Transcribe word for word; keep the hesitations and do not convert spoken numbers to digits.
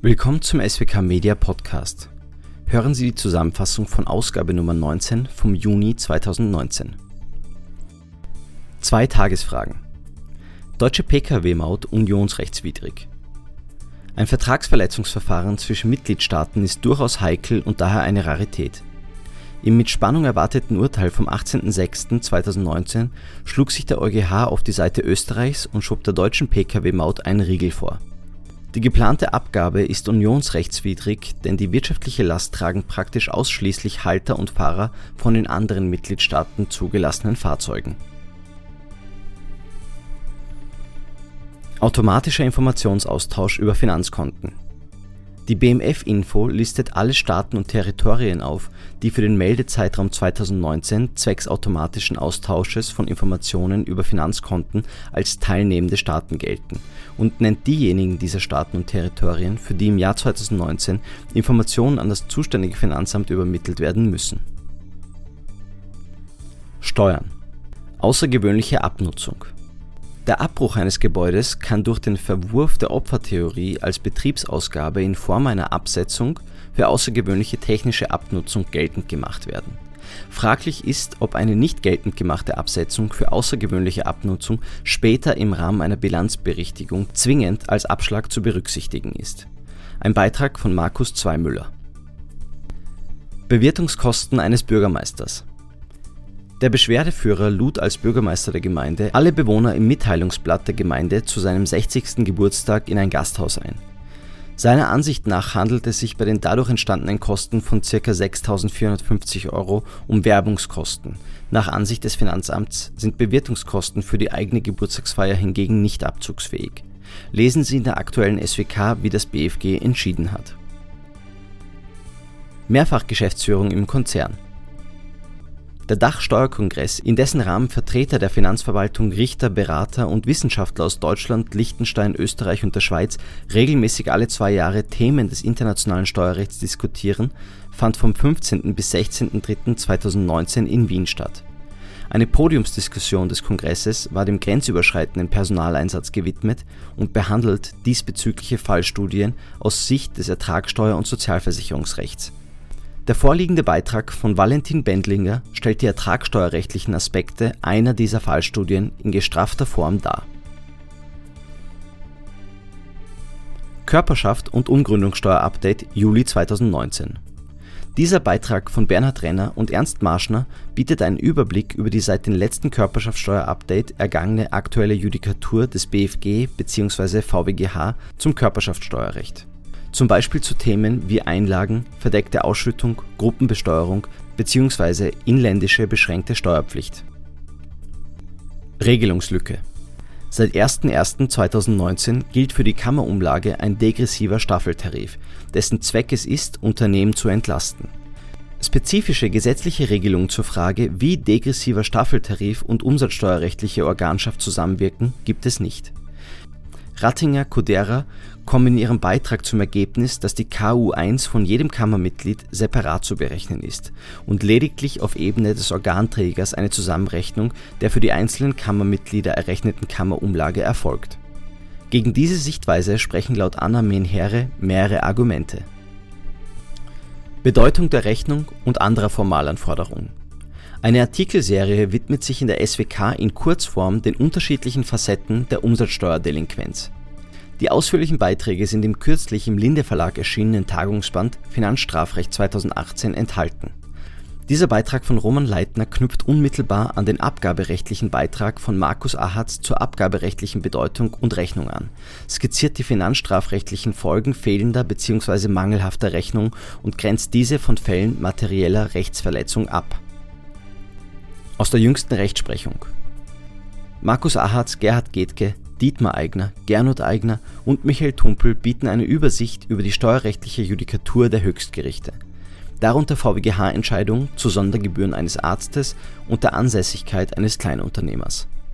Willkommen zum S W K Media Podcast. Hören Sie die Zusammenfassung von Ausgabe Nummer neunzehn vom Juni zweitausendneunzehn. Zwei Tagesfragen. Deutsche P K W-Maut unionsrechtswidrig. Ein Vertragsverletzungsverfahren zwischen Mitgliedstaaten ist durchaus heikel und daher eine Rarität. Im mit Spannung erwarteten Urteil vom achtzehnten sechsten zweitausendneunzehn schlug sich der EuGH auf die Seite Österreichs und schob der deutschen P K W-Maut einen Riegel vor. Die geplante Abgabe ist unionsrechtswidrig, denn die wirtschaftliche Last tragen praktisch ausschließlich Halter und Fahrer von den anderen Mitgliedstaaten zugelassenen Fahrzeugen. Automatischer Informationsaustausch über Finanzkonten. Die B M F-Info listet alle Staaten und Territorien auf, die für den Meldezeitraum zweitausendneunzehn zwecks automatischen Austausches von Informationen über Finanzkonten als teilnehmende Staaten gelten und nennt diejenigen dieser Staaten und Territorien, für die im Jahr zweitausendneunzehn Informationen an das zuständige Finanzamt übermittelt werden müssen. Steuern. Außergewöhnliche Abnutzung. Der Abbruch eines Gebäudes kann durch den Verwurf der Opfertheorie als Betriebsausgabe in Form einer Absetzung für außergewöhnliche technische Abnutzung geltend gemacht werden. Fraglich ist, ob eine nicht geltend gemachte Absetzung für außergewöhnliche Abnutzung später im Rahmen einer Bilanzberichtigung zwingend als Abschlag zu berücksichtigen ist. Ein Beitrag von Markus Zweimüller. Bewirtungskosten eines Bürgermeisters. Der Beschwerdeführer lud als Bürgermeister der Gemeinde alle Bewohner im Mitteilungsblatt der Gemeinde zu seinem sechzigsten Geburtstag in ein Gasthaus ein. Seiner Ansicht nach handelt es sich bei den dadurch entstandenen Kosten von ca. sechstausendvierhundertfünfzig Euro um Werbungskosten. Nach Ansicht des Finanzamts sind Bewirtungskosten für die eigene Geburtstagsfeier hingegen nicht abzugsfähig. Lesen Sie in der aktuellen S W K, wie das B F G entschieden hat. Mehrfachgeschäftsführung im Konzern. Der Dachsteuerkongress, in dessen Rahmen Vertreter der Finanzverwaltung, Richter, Berater und Wissenschaftler aus Deutschland, Liechtenstein, Österreich und der Schweiz regelmäßig alle zwei Jahre Themen des internationalen Steuerrechts diskutieren, fand vom fünfzehnten bis sechzehnten dritten zweitausendneunzehn in Wien statt. Eine Podiumsdiskussion des Kongresses war dem grenzüberschreitenden Personaleinsatz gewidmet und behandelt diesbezügliche Fallstudien aus Sicht des Ertragssteuer- und Sozialversicherungsrechts. Der vorliegende Beitrag von Valentin Bendlinger stellt die ertragssteuerrechtlichen Aspekte einer dieser Fallstudien in gestraffter Form dar. Körperschaft und Umgründungssteuer-Update Juli zweitausendneunzehn. Dieser Beitrag von Bernhard Renner und Ernst Marschner bietet einen Überblick über die seit dem letzten Körperschaftsteuer-Update ergangene aktuelle Judikatur des B F G bzw. V W G H zum Körperschaftsteuerrecht. Zum Beispiel zu Themen wie Einlagen, verdeckte Ausschüttung, Gruppenbesteuerung bzw. inländische beschränkte Steuerpflicht. Regelungslücke. Seit ersten ersten zweitausendneunzehn gilt für die Kammerumlage ein degressiver Staffeltarif, dessen Zweck es ist, Unternehmen zu entlasten. Spezifische gesetzliche Regelungen zur Frage, wie degressiver Staffeltarif und umsatzsteuerrechtliche Organschaft zusammenwirken, gibt es nicht. Rattinger, Kodera kommen in ihrem Beitrag zum Ergebnis, dass die K U eins von jedem Kammermitglied separat zu berechnen ist und lediglich auf Ebene des Organträgers eine Zusammenrechnung der für die einzelnen Kammermitglieder errechneten Kammerumlage erfolgt. Gegen diese Sichtweise sprechen laut Anna Menhere mehrere Argumente. Bedeutung der Rechnung und anderer Formalanforderungen. Eine Artikelserie widmet sich in der S W K in Kurzform den unterschiedlichen Facetten der Umsatzsteuerdelinquenz. Die ausführlichen Beiträge sind im kürzlich im Linde Verlag erschienenen Tagungsband Finanzstrafrecht zweitausendachtzehn enthalten. Dieser Beitrag von Roman Leitner knüpft unmittelbar an den abgaberechtlichen Beitrag von Markus Ahatz zur abgaberechtlichen Bedeutung und Rechnung an, skizziert die finanzstrafrechtlichen Folgen fehlender bzw. mangelhafter Rechnung und grenzt diese von Fällen materieller Rechtsverletzung ab. Aus der jüngsten Rechtsprechung. Markus Ahatz, Gerhard Gethke, Dietmar Eigner, Gernot Eigner und Michael Tumpel bieten eine Übersicht über die steuerrechtliche Judikatur der Höchstgerichte, darunter V W G H-Entscheidungen zu Sondergebühren eines Arztes und der Ansässigkeit eines Kleinunternehmers.